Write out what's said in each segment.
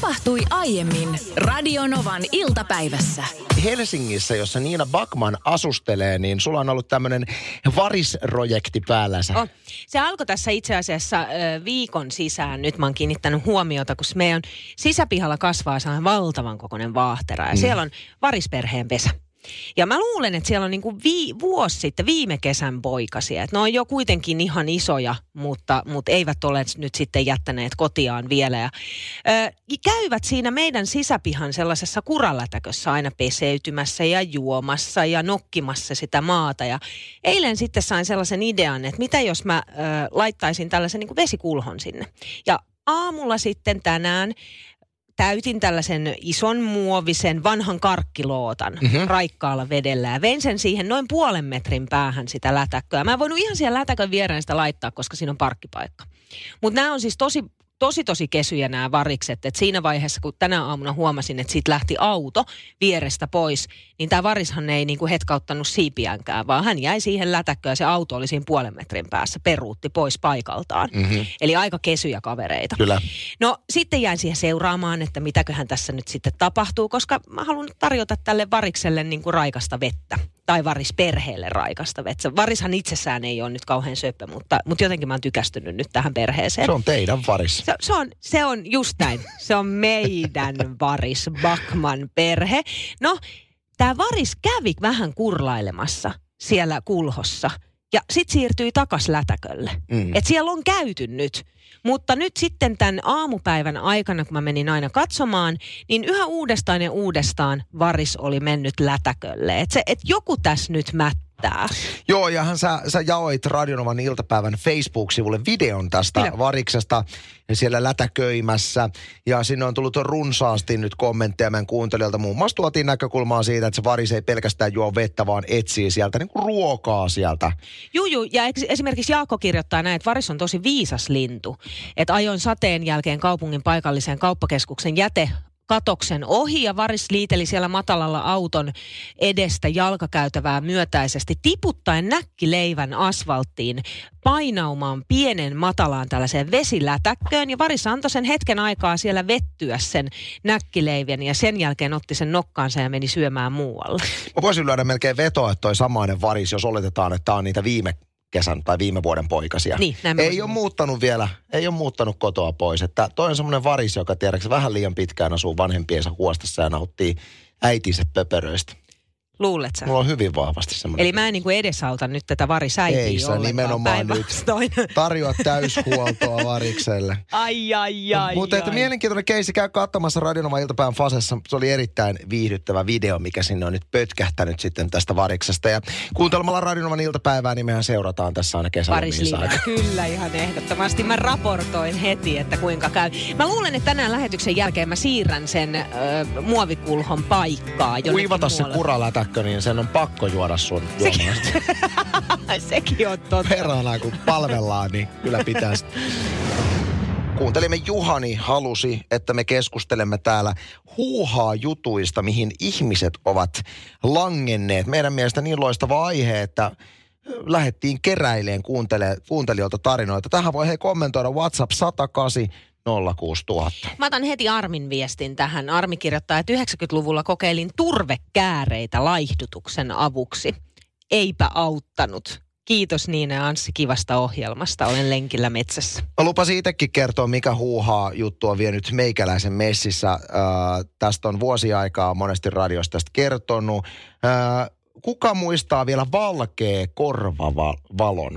Tapahtui aiemmin Radionovan iltapäivässä. Helsingissä, jossa Nina Backman asustelee, niin sulla on ollut tämmöinen varisprojekti päällänsä. Oh. Se alkoi tässä itse asiassa viikon sisään. Nyt mä oon kiinnittänyt huomiota, kun meidän sisäpihalla kasvaa sellainen valtavan kokoinen vaahtera. Ja siellä on varisperheen pesä. Ja mä luulen, että siellä on niinku vuosi sitten viime kesän poikasia. Että ne on jo kuitenkin ihan isoja, mutta eivät ole nyt sitten jättäneet kotiaan vielä. Ja käyvät siinä meidän sisäpihan sellaisessa kuralätäkössä aina peseytymässä ja juomassa ja nokkimassa sitä maata. Ja eilen sitten sain sellaisen idean, että mitä jos mä laittaisin tällaisen niinku vesikulhon sinne. Ja aamulla sitten tänään täytin tällaisen ison muovisen vanhan karkkilootan raikkaalla vedellä ja vein sen siihen noin 0,5 metrin päähän sitä lätäkköä. Mä en voinut ihan siellä lätäkön viereen sitä laittaa, koska siinä on parkkipaikka. Mutta nämä on siis tosi kesyjä nämä varikset. Et siinä vaiheessa, kun tänä aamuna huomasin, että siitä lähti auto vierestä pois, niin tämä varishan ei niinku hetkauttanut siipiäänkään, vaan hän jäi siihen lätäkköön ja se auto oli siinä 0,5 metrin päässä, peruutti pois paikaltaan. Eli aika kesyjä kavereita. Kyllä. No sitten jäin siihen seuraamaan, että mitäköhän tässä nyt sitten tapahtuu, koska mä haluan tarjota tälle varikselle niinku raikasta vettä. Tai varisperheelle raikasta vettä. Varishan itsessään ei ole nyt kauhean söppö, mutta jotenkin mä oon tykästynyt nyt tähän perheeseen. Se on teidän varis. Se on just näin. Se on meidän varis, Backman perhe. No, tää varis kävi vähän kurlailemassa siellä kulhossa ja sit siirtyi takas lätäkölle. Et siellä on käyty nyt. Mutta nyt sitten tämän aamupäivän aikana, kun mä menin aina katsomaan, niin yhä uudestaan varis oli mennyt lätäkölle. Että joku tässä nyt mättää. Joo, ja sä jaoit Radionovan iltapäivän Facebook-sivulle videon tästä variksesta siellä lätäköimässä. Ja sinne on tullut runsaasti nyt kommentteja meidän kuuntelijoilta. Muun muassa tuotiin näkökulmaa siitä, että se varis ei pelkästään juo vettä, vaan etsii sieltä niin kuin ruokaa sieltä. Juu, ja esimerkiksi Jaakko kirjoittaa näin, että varis on tosi viisas lintu. Että ajoin sateen jälkeen kaupungin paikalliseen kauppakeskuksen katoksen ohi ja varis liiteli siellä matalalla auton edestä jalkakäytävää myötäisesti tiputtaen näkkileivän asfalttiin painaumaan pienen matalaan tällaiseen vesilätäkköön ja varis antoi sen hetken aikaa siellä vettyä sen näkkileivän ja sen jälkeen otti sen nokkaansa ja meni syömään muualle. Mä voisin lyödä melkein vetoa, että toi samainen varis, jos oletetaan, että tää on niitä viime kesän tai viime vuoden poikasia. Niin, ei ole muuttanut vielä, ei ole muuttanut kotoa pois. Että toi on semmoinen varis, joka tiedäksä vähän liian pitkään asuu vanhempiensa huostassa ja nauttii äitinsä pöpöröistä. Luulet sä? Mulla on hyvin vahvasti semmoinen. Eli mä en niin kuin edesauta nyt tätä varisäitiä ei, sä nimenomaan nyt tarjoat täyshuoltoa varikselle. Ai. Mutta että mielenkiintoinen keissi, käy katsomassa Radionovan iltapäivän Fasessa. Se oli erittäin viihdyttävä video, mikä sinne on nyt pötkähtänyt sitten tästä variksesta. Ja kuuntelemalla Radionovan iltapäivää, niin mehän seurataan tässä aina kesälomissa. Kyllä, ihan ehdottomasti. Mä raportoin heti, että kuinka käy. Mä luulen, että tänään lähetyksen jälkeen mä siirrän sen muovikulhon paikkaa. Kuivata se kuralätäkkö, niin sen on pakko juoda sun juomasta. Sekin on totta. Perhana, kun palvellaan, niin kyllä pitäisi. Kuuntelimme Juhani halusi, että me keskustelemme täällä huuhaa jutuista, mihin ihmiset ovat langenneet. Meidän mielestä niin loistava aihe, että lähdettiin keräileen kuuntelijoilta tarinoita. Tähän voi kommentoida WhatsApp 108 06000. Mä otan heti Armin viestin tähän. Armi kirjoittaa, että 90-luvulla kokeilin turvekääreitä laihdutuksen avuksi. Eipä auttanut. Kiitos Niina ja Anssi kivasta ohjelmasta. Olen lenkillä metsässä. Mä lupasin itsekin kertoa, mikä huuhaa juttu on vienyt meikäläisen messissä. Tästä on vuosia aikaa monesti radiosta tästä kertonut. Kuka muistaa vielä valkea korvavalon?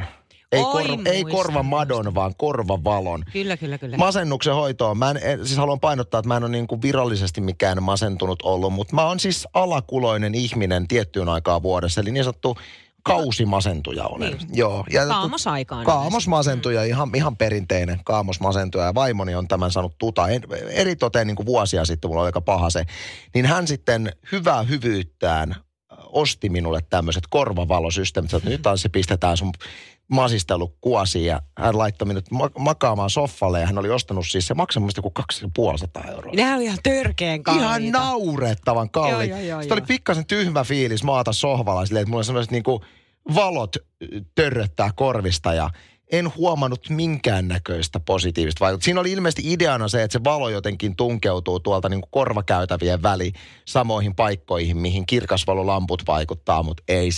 Ei korvamadon, vaan korvavalon. Kyllä. Masennuksen hoitoon. Siis haluan painottaa, että mä en ole niin kuin virallisesti mikään masentunut ollut, mutta mä oon siis alakuloinen ihminen tiettyyn aikaan vuodessa. Eli niin sanottu kausimasentuja olen. Niin. Joo. Ja kaamosaikaan. Kaamosmasentuja, ihan perinteinen kaamosmasentuja. Ja vaimoni on tämän saanut eritoten niin kuin vuosia sitten, mulla oli aika paha se. Niin hän sitten hyvää hyvyyttään osti minulle tämmöiset korvavalosysteemit. Että nyt se pistetään sun masistelukuosiin ja hän laittoi minut makaamaan soffalle ja hän oli ostanut siis, se maksaa mun joku 250 €. Nämä oli ihan törkeän kalliita. Ihan naurettavan kalliita. Sitten oli pikkasen tyhmä fiilis maata sohvalla silleen, että mulla on sellaiset niinku valot törröttää korvista ja en huomannut minkäännäköistä positiivista vaikutusta. Siinä oli ilmeisesti ideana se, että se valo jotenkin tunkeutuu tuolta niin kuin korvakäytävien väliin samoihin paikkoihin, mihin kirkasvalolamput vaikuttaa, mutta ei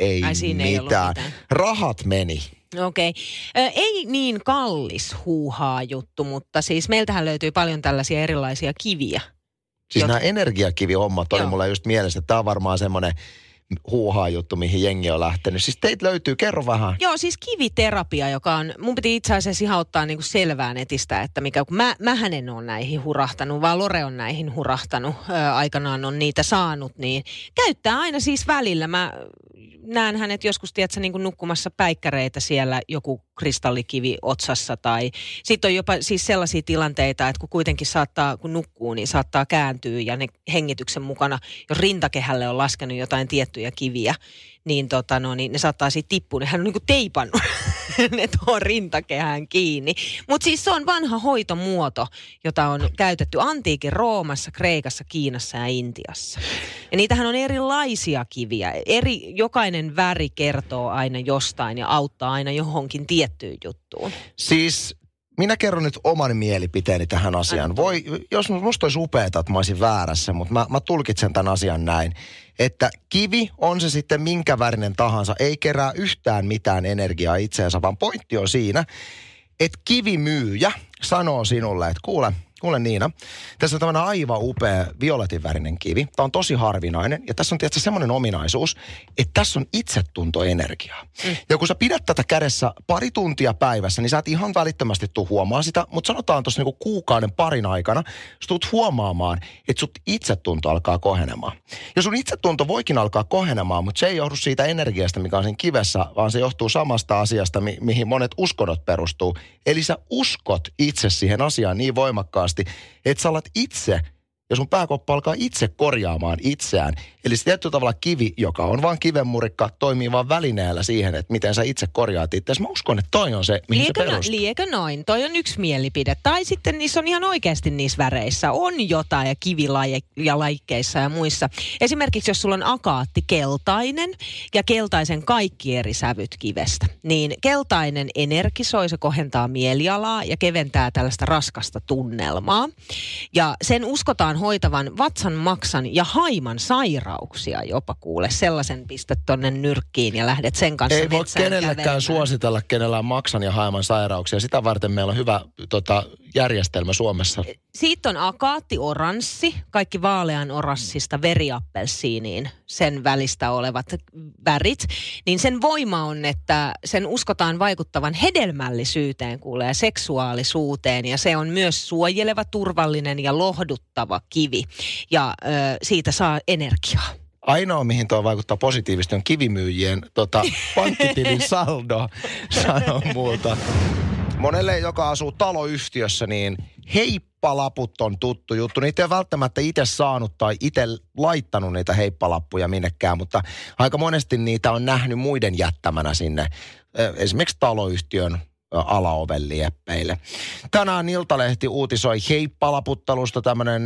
mitään. Rahat meni. Okei. Ei niin kallis huuhaa juttu, mutta siis meiltähän löytyy paljon tällaisia erilaisia kiviä. Siis nämä energiakivihommat oli mulla just mielessä, että tämä on varmaan semmoinen huuhaa juttu, mihin jengi on lähtenyt. Siis teitä löytyy, kerro vähän. Joo, siis kiviterapia, joka on, mun piti itse asiassa ihan ottaa niinku selvää netistä, että kun mähän en ole näihin hurahtanut, vaan Lore on näihin hurahtanut, aikanaan on niitä saanut, niin käyttää aina siis välillä. Mä näen hänet joskus, tiedätkö, niin kuin nukkumassa päikkäreitä siellä, joku kristallikivi otsassa tai sitten on jopa siis sellaisia tilanteita, että kun kuitenkin kun nukkuu, niin saattaa kääntyä ja ne hengityksen mukana, jos rintakehälle on laskenut jotain tiettyjä kiviä, niin, niin ne saattaa siitä tippua, niin hän on niin kuin teipannut ne tuohon rintakehään kiinni. Mutta siis se on vanha hoitomuoto, jota on käytetty antiikin Roomassa, Kreikassa, Kiinassa ja Intiassa. Ja niitähän on erilaisia kiviä. Jokainen väri kertoo aina jostain ja auttaa aina johonkin tiettyyn juttuun. Siis minä kerron nyt oman mielipiteeni tähän asiaan. Jos musta olisi upeata, että mä olisin väärässä, mutta mä tulkitsen tämän asian näin. Että kivi, on se sitten minkä värinen tahansa, ei kerää yhtään mitään energiaa itseensä, vaan pointti on siinä, että kivimyyjä sanoo sinulle, että kuule Niina, tässä on tämmöinen aivan upea violetin värinen kivi. Tämä on tosi harvinainen ja tässä on tietysti semmoinen ominaisuus, että tässä on itsetuntoenergiaa. Ja kun sä pidät tätä kädessä pari tuntia päivässä, niin sä et ihan välittömästi tuu huomaa sitä, mutta sanotaan tuossa niinku kuukauden parin aikana, sä tulet huomaamaan, että sut itsetunto alkaa kohenemaan. Ja sun itsetunto voikin alkaa kohenemaan, mutta se ei johdu siitä energiasta, mikä on siinä kivessä, vaan se johtuu samasta asiasta, mihin monet uskonnot perustuu. Eli sä uskot itse siihen asiaan niin voimakkaasti, että sä alat itse, ja sun pääkoppa alkaa itse korjaamaan itseään. Eli se tietyllä tavalla kivi, joka on vaan kivenmurikka, toimii vaan välineellä siihen, että miten sä itse korjaat itseäsi. Mä uskon, että toi on se, mihin se perustuu. Liekö noin? Toi on yksi mielipide. Tai sitten niissä on ihan oikeasti niissä väreissä. On jotain ja kivilajikkeissa ja muissa. Esimerkiksi jos sulla on akaatti keltainen ja keltaisen kaikki eri sävyt kivestä, niin keltainen energisoi, se kohentaa mielialaa ja keventää tällaista raskasta tunnelmaa. Ja sen uskotaan hoitavan vatsan, maksan ja haiman sairauksia jopa kuule. Sellaisen pistät tonne nyrkkiin ja lähdet sen kanssa ei metsään voi kenellekään kävelemään. Suositella kenellään maksan ja haiman sairauksia. Sitä varten meillä on hyvä järjestelmä Suomessa. Siitä on akaatti, oranssi, kaikki vaalean oranssista veriappelsiiniin, sen välistä olevat värit. Niin sen voima on, että sen uskotaan vaikuttavan hedelmällisyyteen kuulee ja seksuaalisuuteen. Ja se on myös suojeleva, turvallinen ja lohduttava kivi. Ja siitä saa energiaa. Ainoa, mihin tuo vaikuttaa positiivisesti, on kivimyyjien pankkitilin saldo, sanoo muuta. Monelle, joka asuu taloyhtiössä, niin heippalaput on tuttu juttu. Niitä ei välttämättä itse saanut tai itse laittanut niitä heippalappuja minnekään, mutta aika monesti niitä on nähnyt muiden jättämänä sinne, esimerkiksi taloyhtiön alaoven lieppeille. Tänään Iltalehti uutisoi heippalaputtelusta tämmöinen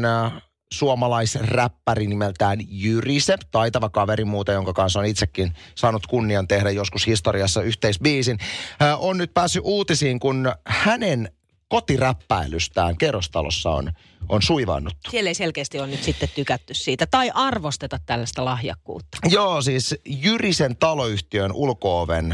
suomalaisräppäri nimeltään Jyrise, taitava kaveri muuten, jonka kanssa on itsekin saanut kunnian tehdä joskus historiassa yhteisbiisin. On nyt päässyt uutisiin, kun hänen kotiräppäilystään kerrostalossa on suivannuttu. Siellä ei selkeästi ole nyt sitten tykätty siitä tai arvosteta tällaista lahjakkuutta. Joo, siis Jyrisen taloyhtiön ulko-oven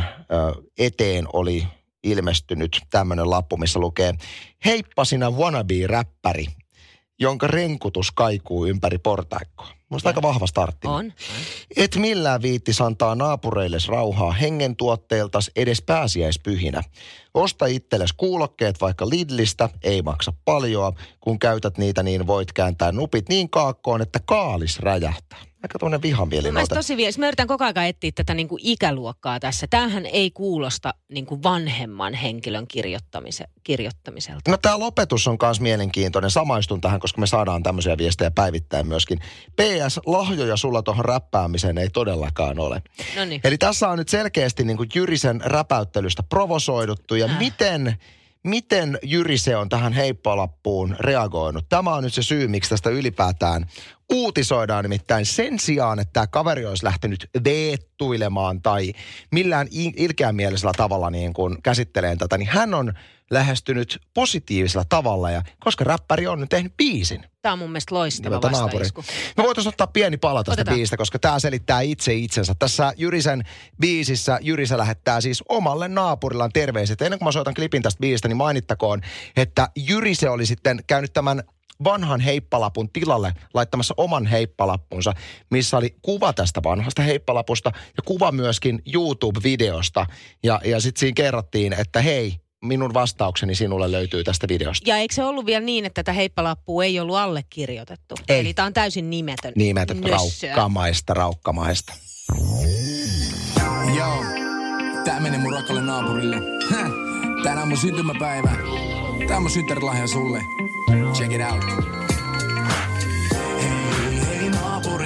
eteen oli ilmestynyt tämmöinen lappu, missä lukee: heippa sinä wannabe-räppäri, jonka renkutus kaikuu ympäri portaikkoa. Minusta aika vahva startti. On. Et millään viittis antaa naapureilles rauhaa hengentuotteiltas edes pääsiäispyhinä. Osta itsellesi kuulokkeet vaikka Lidlistä, ei maksa paljoa. Kun käytät niitä, niin voit kääntää nupit niin kaakkoon, että kaalis räjähtää. Aika tuollainen vihamielinen ote. Tosi mä yritän koko ajan etsiä tätä niin kuin ikäluokkaa tässä. Tämähän ei kuulosta niin kuin vanhemman henkilön kirjoittamiselta. No tämä lopetus on myös mielenkiintoinen. Samaistun tähän, koska me saadaan tämmöisiä viestejä päivittäin myöskin. PS, lahjoja sulla tuohon räppäämiseen ei todellakaan ole. Noniin. Eli tässä on nyt selkeästi niin kuin Jyrisen räpäyttelystä provosoiduttu ja miten Jyrise on tähän heippalappuun reagoinut. Tämä on nyt se syy, miksi tästä ylipäätään uutisoidaan, nimittäin sen sijaan, että tämä kaveri olisi lähtenyt veettuilemaan tai millään ilkeämielisellä tavalla niin kuin käsitteleen tätä, niin hän on lähestynyt positiivisella tavalla, ja koska räppäri on nyt tehnyt biisin. Tämä on mun mielestä loistava vastaisku. Me voitaisiin ottaa pieni pala tästä biisistä, koska tämä selittää itse itsensä. Tässä Jyrisen biisissä Jyrise lähettää siis omalle naapurillaan terveiset. Ennen kuin mä soitan klipin tästä biisistä, niin mainittakoon, että Jyrise oli sitten käynyt tämän vanhan heippalapun tilalle laittamassa oman heippalappunsa, missä oli kuva tästä vanhasta heippalapusta ja kuva myöskin YouTube-videosta. Ja sitten siinä kerrottiin, että hei, minun vastaukseni sinulle löytyy tästä videosta. Ja eikö se ollut vielä niin, että tätä heippalappua ei ollut allekirjoitettu? Ei. Eli tämä on täysin nimetön. Nimetön, raukkamaista. Joo, tää menee mun rakkalle naapurille. Tänään on mun syntymäpäivä. Tää on mun synttärilahja sulle. Check it out. Hei naapuri,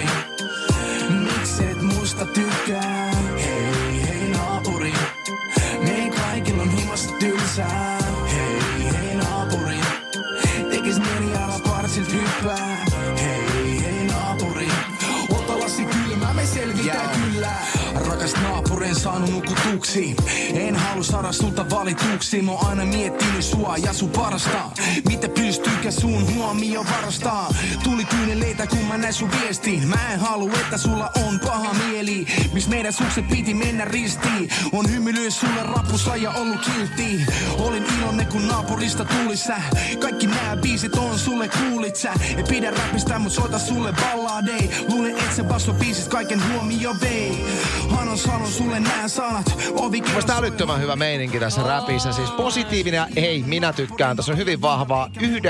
miksi et musta tykkää? Hei naapuri, meidän kaikilla on himasta tylsää. Hei naapuri, tekis mieli alas parsilta hyppää. Hei naapuri, ota lassi kylmää, me selvitään kyllä. Rakas naapuri, en saanut nukutuksi. En halua saada sulta valituksi. Mä oon aina miettinyt sua ja sun parasta. Mitä pystyykö sun huomio varastaa? Tuli kyyneleitä kun mä näin sun viestiin. Mä en halua, että sulla on paha mieli. Miks meidän sukset piti mennä ristiin? On hymyilyys sulle rappussa ja ollut kiltti. Olin iloinen kun naapurista tuli sä. Kaikki nää biisit on sulle kuulit sä. En pidä rapista mut soita sulle balladei. Luulen et se vasto biisit kaiken huomio vei. Hanon sulle nää sanat. Mielestäni älyttömän hyvä meininki tässä räpissä. Siis positiivinen ja hei, minä tykkään. Tässä on hyvin vahva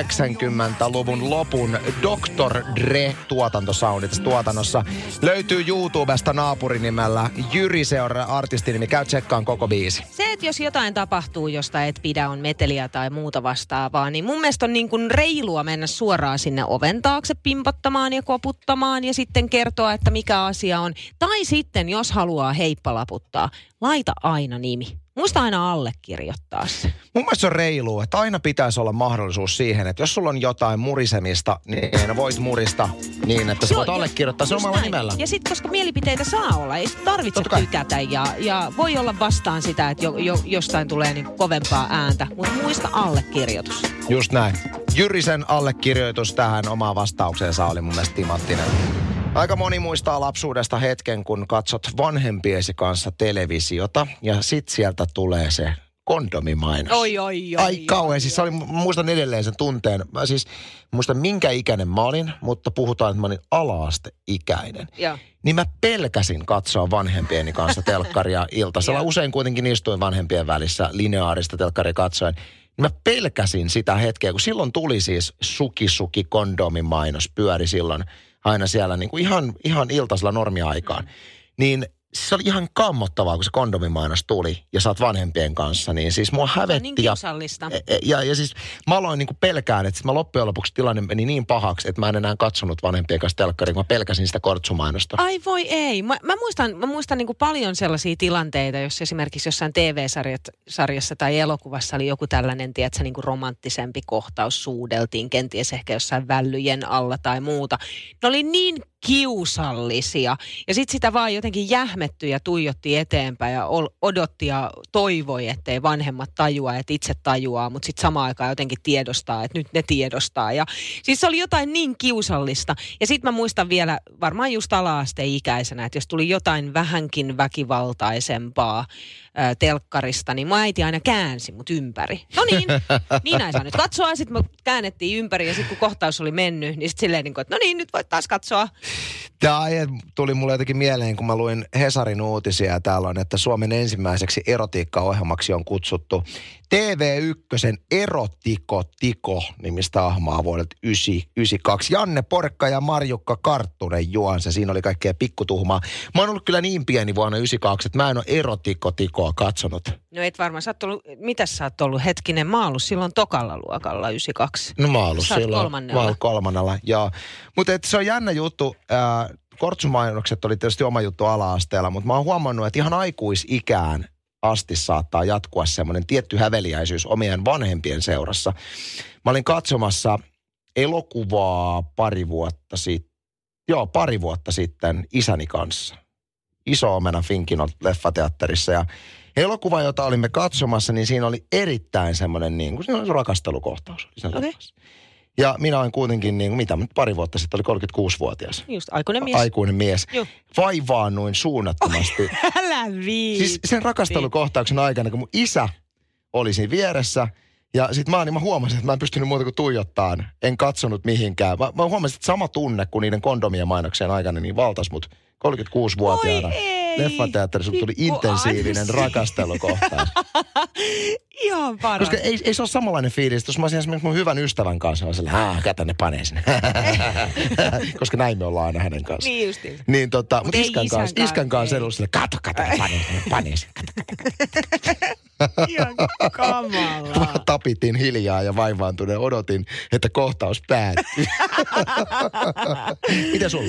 90-luvun lopun Dr. Dre-tuotantosound tässä tuotannossa. Löytyy YouTubesta naapurinimellä Jyrise on artistinimi. Käy tsekkaan koko biisi. Se, että jos jotain tapahtuu, josta et pidä, on meteliä tai muuta vastaavaa, niin mun mielestä on niin kuin reilua mennä suoraan sinne oven taakse pimpottamaan ja koputtamaan ja sitten kertoa, että mikä asia on. Tai sitten, jos haluaa heippalaputtaa, laita aina nimi. Muista aina allekirjoittaa se. Mun mielestä se on reilua, että aina pitäisi olla mahdollisuus siihen, että jos sulla on jotain murisemista, niin voit murista niin, että sä voit allekirjoittaa sen omalla nimellä. Ja sitten, koska mielipiteitä saa olla, ei tarvitse tykätä ja voi olla vastaan sitä, että jostain tulee niin kovempaa ääntä, mutta muista allekirjoitus. Just näin. Jyrisen allekirjoitus tähän omaan vastaukseensa oli mun mielestä timanttinen. Aika moni muistaa lapsuudesta hetken, kun katsot vanhempiesi kanssa televisiota ja sit sieltä tulee se kondomimainos. Ai kauhean, siis muistan edelleen sen tunteen. Mä muistan minkä ikäinen mä olin, mutta puhutaan, että mä olin ala-asteikäinen. Ja. Niin mä pelkäsin katsoa vanhempieni kanssa telkkaria iltasella. Usein kuitenkin istuin vanhempien välissä lineaarista telkkaria katsoen. Mä pelkäsin sitä hetkeä, kun silloin tuli siis suki kondomimainos pyöri silloin aina siellä niin kuin ihan iltaisella normiaikaan. Niin se oli ihan kammottavaa, kun se kondomimainos tuli ja sä oot vanhempien kanssa. Niin siis mua hävetti. Niin kiusallista. Ja siis mä aloin niin kuin pelkään, että mä loppujen lopuksi tilanne meni niin pahaksi, että mä en enää katsonut vanhempien kanssa telkkaria, kun mä pelkäsin sitä kortsumainosta. Ai voi ei. Mä muistan niin kuin paljon sellaisia tilanteita, jos esimerkiksi jossain TV-sarjassa tai elokuvassa oli joku tällainen, tiedätkö, niin kuin romanttisempi kohtaus suudeltiin, kenties ehkä jossain vällyjen alla tai muuta. Ne oli niin kiusallisia. Ja sitten sitä vaan jotenkin jähmettyi ja tuijotti eteenpäin ja odotti ja toivoi, ettei vanhemmat tajua, että itse tajuaa, mutta sitten samaan aikaan jotenkin tiedostaa, että nyt ne tiedostaa. Ja siis se oli jotain niin kiusallista. Ja sitten mä muistan vielä varmaan just ala-asteikäisenä, että jos tuli jotain vähänkin väkivaltaisempaa telkkarista, niin mun äiti aina käänsi mut ympäri. No niin, Niina ei saa nyt katsoa. Sitten me käännettiin ympäri ja sitten kun kohtaus oli mennyt, niin sitten silleen niin kuin, että no niin, nyt voit taas katsoa. Tämä tuli mulle jotenkin mieleen, kun mä luin Hesarin uutisia ja täällä on, että Suomen ensimmäiseksi erotiikkaohjelmaksi on kutsuttu TV1 Erotiko nimistä ahmaa vuodelta 1992. Janne Porkka ja Marjukka Karttunen juon se. Siinä oli kaikkea pikkutuhmaa. Mä oon ollut kyllä niin pieni vuonna 1992, että mä en ole Erotikoa katsonut. No et varmaan. Mitäs sä oot ollut? Hetkinen, mä oon ollut silloin tokalla luokalla 1992. No mä oon ollut silloin. Kolmannella. Mä oon kolmannella, joo. Mutta se on jännä juttu. Kortsumainokset oli tietysti oma juttu ala-asteella, mutta mä oon huomannut, että ihan aikuisikään asti saattaa jatkua semmoinen tietty häveliäisyys omien vanhempien seurassa. Mä olin katsomassa elokuvaa pari vuotta sitten isäni kanssa. Iso omena Finkinon leffateatterissa ja elokuva, jota olimme katsomassa, niin siinä oli erittäin semmoinen niin kuin, siinä oli rakastelukohtaus. Okay. Ja minä olen kuitenkin, niin kuin, pari vuotta sitten, oli 36-vuotias. Just, aikuinen mies. Aikuinen mies. Joo. Vaivaannuin suunnattomasti. Älä viitti. Siis sen rakastelukohtauksen aikana, kun mun isä oli siinä vieressä, ja sit mä huomasin, että mä en pystynyt muuta kuin tuijottaan. En katsonut mihinkään. Mä huomasin, että sama tunne kuin niiden kondomien mainoksien aikana, niin valtas mut 36-vuotiaana. Leffateatterissa tuli intensiivinen rakastelukohtaus. Ihan paras. Koska ei se ole samanlainen fiilis, jos mä olisin esimerkiksi mun hyvän ystävän kanssa, kato ne panee sinne. Koska näin me ollaan aina hänen kanssa. Niin justiin. Niin mutta iskän kanssa edellä sille, kato ne panee sinne. Ihan kamalaa. Tapitin hiljaa ja vaivaantuneen odotin, että kohtaus päättyy. Miten sulla?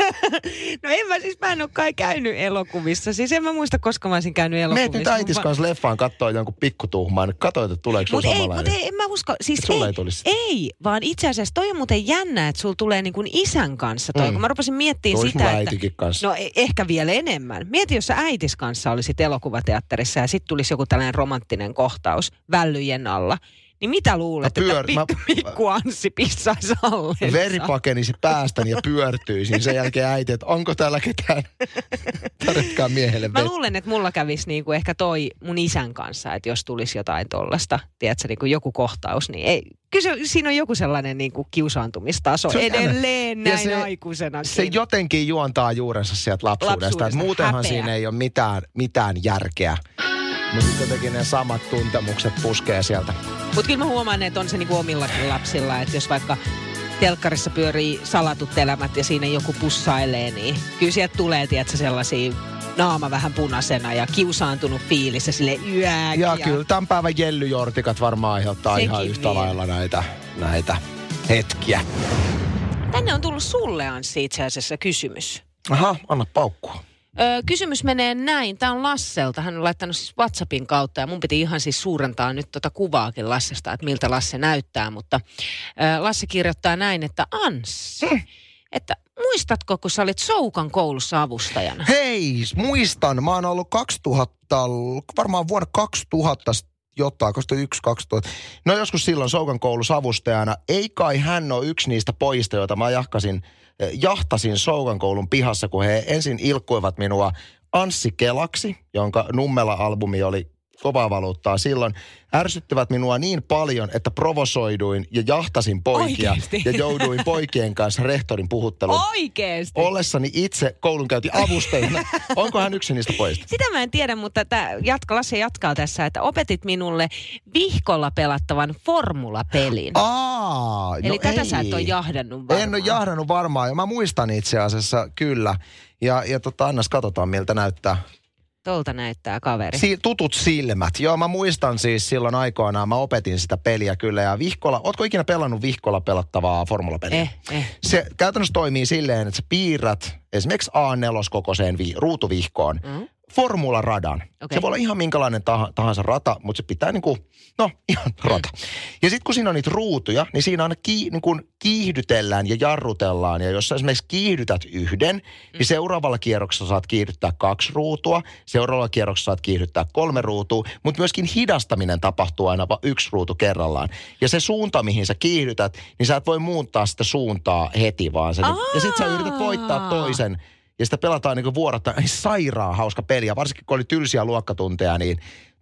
No mä en ole kai käynyt elokuvissa. Siis en mä muista, koska mä olisin käynyt elokuvissa. Meet nyt äitis kanssa leffaan kattoo jonkun pikkutuhmaan. Katsoit, että tuleeko sulla samanlainen. Mutta en mä usko. Siis ei, vaan itse asiassa toi on muuten jännä, että sulla tulee niin kuin isän kanssa toi. Kun mä rupesin miettimään sitä, mulla äitikin kanssa. No ehkä vielä enemmän. Mieti, jos sä äitis kanssa olisit elokuvateatterissa ja sitten tulisi joku tällainen romanttinen kohtaus vällyjen alla. Niin mitä luulet, että pikku Anssi pissaisi alle? Veri pakenisi päästäni ja pyörtyisin. Sen jälkeen äiti, että onko täällä ketään? Tarvitkaa miehelle vettä. Mä luulen, että mulla kävisi niinku ehkä toi mun isän kanssa, että jos tulisi jotain tollasta, tiedätkö, niinku joku kohtaus, niin ei. Kyllä siinä on joku sellainen niinku kiusaantumistaso edelleen näin aikuisenakin. Se jotenkin juontaa juurensa sieltä lapsuudesta. Muutenhan häpeä. Siinä ei ole mitään järkeä. Mutta jotenkin ne samat tuntemukset puskee sieltä. Mutta kyllä mä huomaan, että on se niinku omillakin lapsilla, että jos vaikka telkkarissa pyörii Salatut elämät ja siinä joku pussailee, niin kyllä sieltä tulee, tiedätkö, sellaisia naama vähän punaisena ja kiusaantunut fiilis ja silleen yääk. Ja kyllä tämän päivän jellyjortikat varmaan aiheuttaa sekin ihan yhtä lailla näitä hetkiä. Tänne on tullut sulle, Anssi, itse asiassa kysymys. Aha, anna paukkua. Kysymys menee näin. Tämä on Lasselta. Hän on laittanut siis WhatsAppin kautta ja mun piti ihan siis suurentaa nyt kuvaakin Lassesta, että miltä Lasse näyttää. Mutta Lasse kirjoittaa näin, että Anssi, että muistatko, kun sä olit Soukan koulussa avustajana? Hei, muistan. Mä oon ollut varmaan vuonna 2000 jotain, 2001-2000. No joskus silloin Soukan koulussa avustajana. Ei kai hän ole yksi niistä pojista, joita mä jahtasin Soukan koulun pihassa, kun he ensin ilkkuivat minua Anssi Kelaksi, jonka Nummela-albumi oli kovaa valuuttaa silloin, ärsyttivät minua niin paljon, että provosoiduin ja jahtasin poikia. Oikeesti? Ja jouduin poikien kanssa rehtorin puhutteluun. Oikeesti? Ollessani itse koulunkäynti avustajana. Onko hän yksi niistä pojista? Sitä mä en tiedä, mutta Lasse jatkaa tässä, että opetit minulle vihkolla pelattavan formulapelin. Eli tätä sä et ole jahdannut varmaan. En ole jahdannut varmaan ja mä muistan itse asiassa kyllä. Ja annas katsotaan miltä näyttää. Tolta näyttää kaveri. Tutut silmät. Joo, mä muistan siis silloin aikoinaan, mä opetin sitä peliä kyllä. Ja ootko ikinä pelannut vihkolla pelattavaa formulapeliä? Se käytännössä toimii silleen, että sä piirrät esimerkiksi A4-kokoiseen ruutuvihkoon formularadan. Okay. Se voi olla ihan minkälainen tahansa rata, mutta se pitää ihan rata. Ja sitten kun siinä on niitä ruutuja, niin siinä aina kiihdytellään ja jarrutellaan. Ja jos sä esimerkiksi kiihdytät yhden, niin seuraavalla kierroksella saat kiihdyttää 2 ruutua. Seuraavalla kierroksella saat kiihdyttää 3 ruutua. Mutta myöskin hidastaminen tapahtuu aina 1 ruutu kerrallaan. Ja se suunta, mihin sä kiihdytät, niin sä et voi muuttaa sitä suuntaa heti vaan. Ja sitten sä yrität voittaa toisen. Ja sitä pelataan niin vuorottain. Sairaan hauska peli. Ja varsinkin kun oli tylsiä luokkatunteja, niin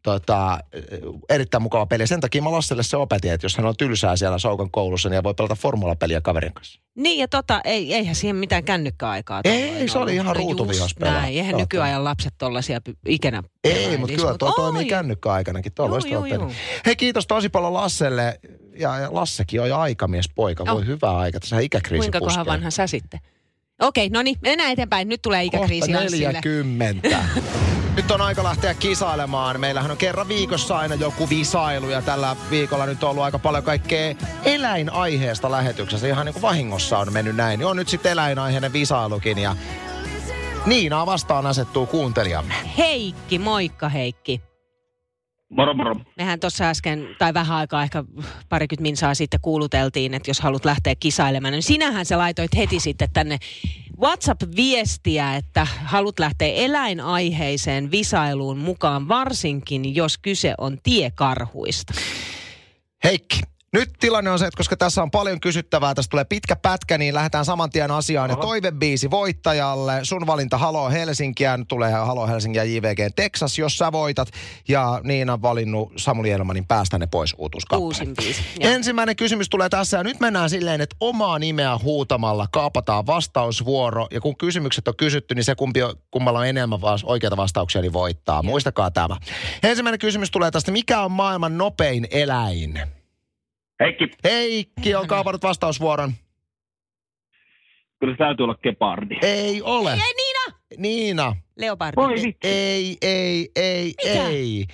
erittäin mukava peli. Ja sen takia mä Lasselle se opetin, että jos hän on tylsää siellä Soukan koulussa, niin voi pelata formulapeliä kaverin kanssa. Niin ja eihän siihen mitään kännykkäaikaa. Ei, se oli ihan ruutuvihospelaa. Näin, eihän nykyajan lapset tollaisia ikinä ei, mutta kyllä tuo toimii kännykkäaikanakin. Hei, kiitos tosi paljon Lasselle. Ja Lassekin on jo aikamiespoika. Voi hyvää aika. Tässä ikäkriisi kuinka kohan vanha sä sitten? Okei, no niin, mennään eteenpäin. Nyt tulee ikäkriisi kohta 40. Nyt on aika lähteä kisailemaan. Meillähän on kerran viikossa aina joku visailu ja tällä viikolla nyt on ollut aika paljon kaikkea eläinaiheesta lähetyksessä. Ihan niin kuin vahingossa on mennyt näin. On nyt sitten eläinaiheinen visailukin ja Niinaa vastaan asettuu kuuntelijamme. Heikki, moikka Heikki. Moro moro. Mehän tuossa äsken, tai vähän aikaa, ehkä parikymmentä minsaa sitten kuuluteltiin, että jos haluat lähteä kisailemaan, niin sinähän sä laitoit heti sitten tänne WhatsApp-viestiä, että haluat lähteä eläinaiheiseen visailuun mukaan, varsinkin jos kyse on tiekarhuista. Heikki, nyt tilanne on se, että koska tässä on paljon kysyttävää, tässä tulee pitkä pätkä, niin lähdetään saman tien asiaan. Ja toivebiisi voittajalle, sun valinta Halo Helsinkiä, nyt tulee Halo Helsinki ja JVG Texas, jos sä voitat. Ja Niina valinnut Samuli Elmanin Päästä ne pois uutuuskappale. Uusin biisi. Joo. Ensimmäinen kysymys tulee tässä ja nyt mennään silleen, että omaa nimeä huutamalla kaapataan vastausvuoro. Ja kun kysymykset on kysytty, niin se kummalla on enemmän oikeita vastauksia, niin voittaa. Muistakaa tämä. Ensimmäinen kysymys tulee tästä, mikä on maailman nopein eläin? Heikki on kaapannut vastausvuoron. Kyllä se täytyy olla gepardi. Ei ole. Ei Niina! Niina. Leopardi. Voi vittu. Ei. Hei,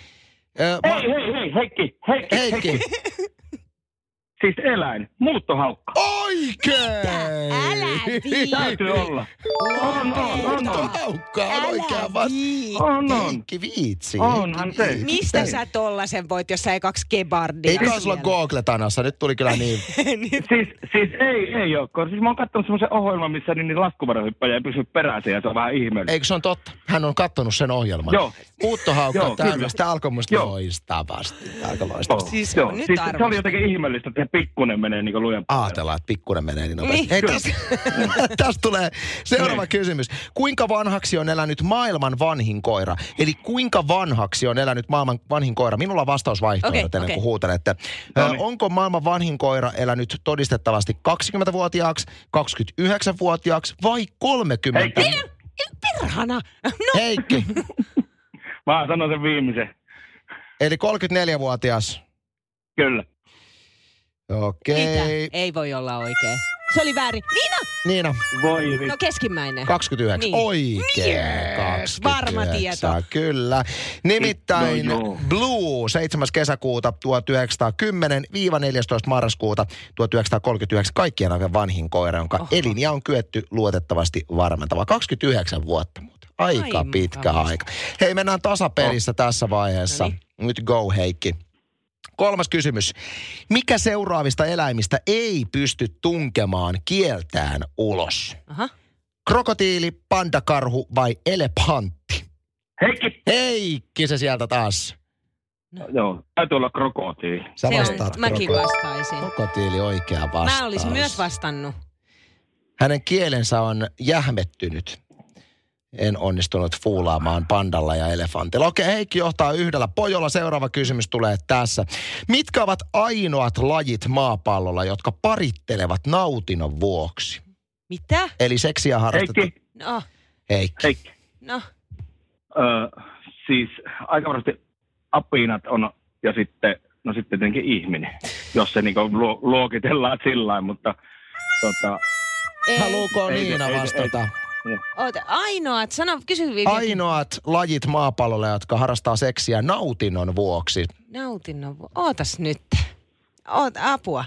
Heikki. Siis eläin. Muuttohaukka. Oikein! Älä viitsi. Täytyy olla. On. Muuttohaukka on oikea vasta. On. Heikki viitsi. Onhan se. Mistä sä tollasen voit, jos sä ei 2 gebardia? Eikä sulla Google-tanassa. Nyt tuli kyllä niin. Siis ei ole. Siis mä oon katsonut semmoisen ohjelman, missä niin laskuvarjohyppäjä ei pysy perässä ja se on vähän ihmeellistä. Eikö se on totta? Hän on kattonut sen ohjelman. Joo. Muuttohaukka on täydellistä. Sitä alkoi musta Joo. loistavasti. Alkoi loistavasti. Siis Joo. nyt Siis se arvostan. oli jotenkin ihmeellistä, että se pikkunen menee niin kuin lujempaa. Ajatellaan, että pikkuinen menee niin nopeasti. Niin. Hei, tästä tulee seuraava kysymys. Kuinka vanhaksi on elänyt maailman vanhin koira? Eli kuinka vanhaksi on elänyt maailman vanhin koira? Minulla on vastausvaihtoehdot ennen kuin huutelette. Onko maailman vanhin koira elänyt todistettavasti 20-vuotiaaksi, 29-vuotiaaksi vai 30? Perhana! No, Heikki. Mä sanon sen viimeisen. Eli 34-vuotias. Kyllä. Okei. mitä? Ei voi olla oikein. Se oli väärin. Niina. Voi vittu. No keskimmäinen. 29. Niin. Oikein. Yes, 29. varma tieto. Kyllä. Nimittäin No joo. Blue 7. kesäkuuta 1910 - 14. marraskuuta 1939 kaikkien aikojen vanhin koira, jonka eliniä on kyetty luotettavasti varmentava. 29 vuotta muuten. Aika Ai pitkä mukavasti. aika. Hei, mennään tasapelissä tässä vaiheessa. Noniin. Nyt go, Heikki. 3. kysymys. Mikä seuraavista eläimistä ei pysty tunkemaan kieltään ulos? Aha. Krokotiili, pandakarhu vai elefantti? Heikki se sieltä taas. Joo, täytyy olla krokotiili. Sä Se on, vastaat mäkin vastaisin. Krokotiili oikea vastaus. Mä olisin myös vastannut. Hänen kielensä on jähmettynyt. En onnistunut fuulaamaan pandalla ja elefantilla. Okei, Heikki johtaa 1 pojolla. Seuraava kysymys tulee tässä. Mitkä ovat ainoat lajit maapallolla, jotka parittelevat nautinnon vuoksi? Mitä? Eli seksiä harrastetaan. Heikki. No, Heikki. no. Siis aika varmasti apinat on ja sitten tietenkin ihminen, jos se niinku luokitellaan sillain, mutta Ei. Haluuko Ei, Niina ei, vastata? Oota, ainoat, kysy vielä. Ainoat lajit maapallolla, jotka harrastaa seksiä nautinnon vuoksi. Nautinnon ootas nyt. Apua.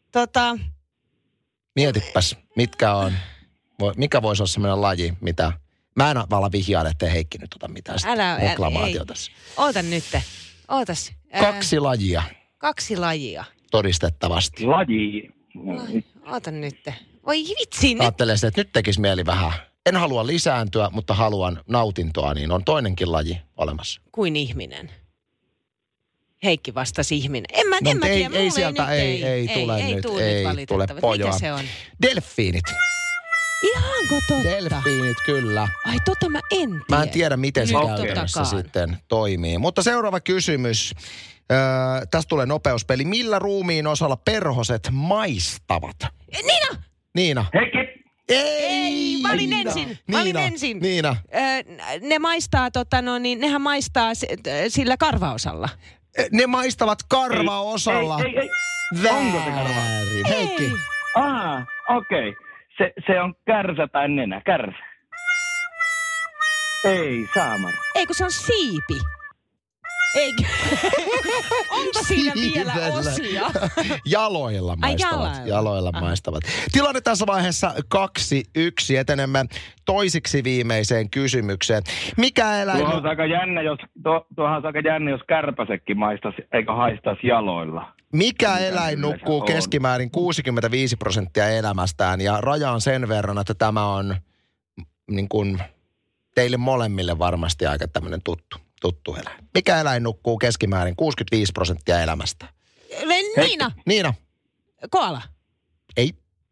Mietipäs, mikä voisi olla sellainen laji, mitä... Mä en vala vihjaile, ettei Heikki nyt ota mitään reklamaatiota. Oota nyt. Ootas. 2 lajia 2 lajia. todistettavasti. laji. Oota nyt. Voi vitsi, nyt. Ajattelen sitä, että nyt tekisi mieli vähän. En halua lisääntyä, mutta haluan nautintoa, niin on toinenkin laji olemassa. Kuin ihminen. Heikki vastasi ihminen. En mä No, tiedä. ei Mulle sieltä, nyt ei tule nyt, tule ei valitettavasti. tule pojoa. Mikä se on? Delfiinit. Ihanko totta? Delfiinit, kyllä. Ai tota mä en tiedä. Mä en tiedä, miten se Nyt käytännössä totakaan. sitten toimii. Mutta seuraava kysymys. Tästä tulee nopeuspeli. Millä ruumiin osalla perhoset maistavat? Niina. Heikki. Ei, mä olin ensin. Niina. Ne maistaa, nehän maistaa sillä karvaosalla. Ne maistavat karvaosalla. Ei. Onko se karva? Väärin. Heikki. Okei. Se on kärsä tai nenä. Kärsä. Ei, saamari. Ei, kun se on siipi. Eikö? Onko siinä vielä Siivellä. osia? Jaloilla maistavat. Jaloilla maistavat. Tilanne tässä vaiheessa 2-1. Etenemme toisiksi viimeiseen kysymykseen. Mikä eläin... Tuohan olisi aika jännä, jos kärpäsekin maistaisi, eikä haistaisi jaloilla. Mikä eläin nukkuu keskimäärin 65% elämästään? Ja raja on sen verran, että tämä on niin kuin teille molemmille varmasti aika tämmöinen tuttu eläin. Mikä eläin nukkuu keskimäärin 65% elämästä? Niina. Koala. Ei.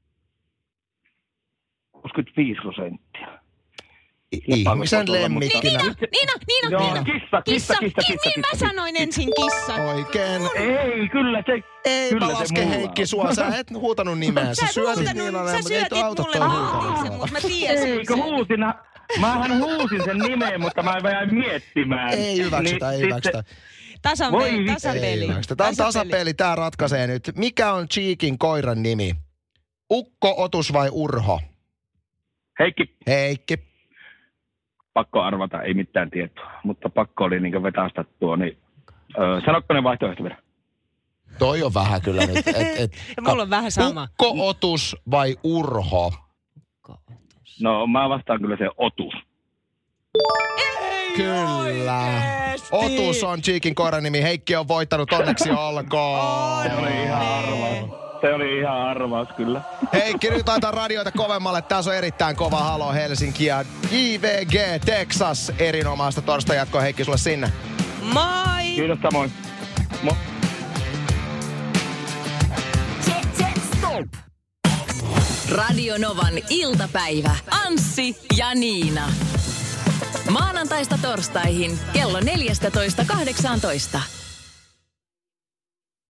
65%. Ihmisen lemmikkinä. Niina. Kissa. Mä sanoin ensin kissa. Oikein. Ei, kyllä se... Ei mä kyllä se laske mulla Heikki sua. Sä et huutanut nimeä. Sä syötit Niinalle, mutta ei tuo auta mulle toi huutamisen, mutta mä tiesin Eikö sen. huusin? Mähän huusin sen nimeen, mutta mä jäin miettimään. Ei hyväksytä. Tasapeli. Tämä on tasapeli, tämä ratkaisee nyt. Mikä on Cheekin koiran nimi? Ukko, Otus vai Urho? Heikki. Pakko arvata, ei mitään tietoa. Mutta pakko oli niin vetästä tuo, niin... sanotko ne vaihtoehto vielä? Toi on vähän kyllä nyt. Mulla on vähän sama. Ukko, Otus vai Urho? No mä vastaan kyllä se Otus. Kyllä. Otus on Cheekin koiran nimi. Heikki on voittanut, onneksi olkoon. Se oli ihan arvaus, kyllä. Heikki, nyt laitetaan radioita kovemmalle. Tässä on erittäin kova Halo Helsinki ja JVG Texas. Erinomaista torstai jatkoa Heikki sulle sinne. Moi! Kiitos samoin. Radio Novan iltapäivä. Anssi ja Niina. Maanantaista torstaihin kello 14.18.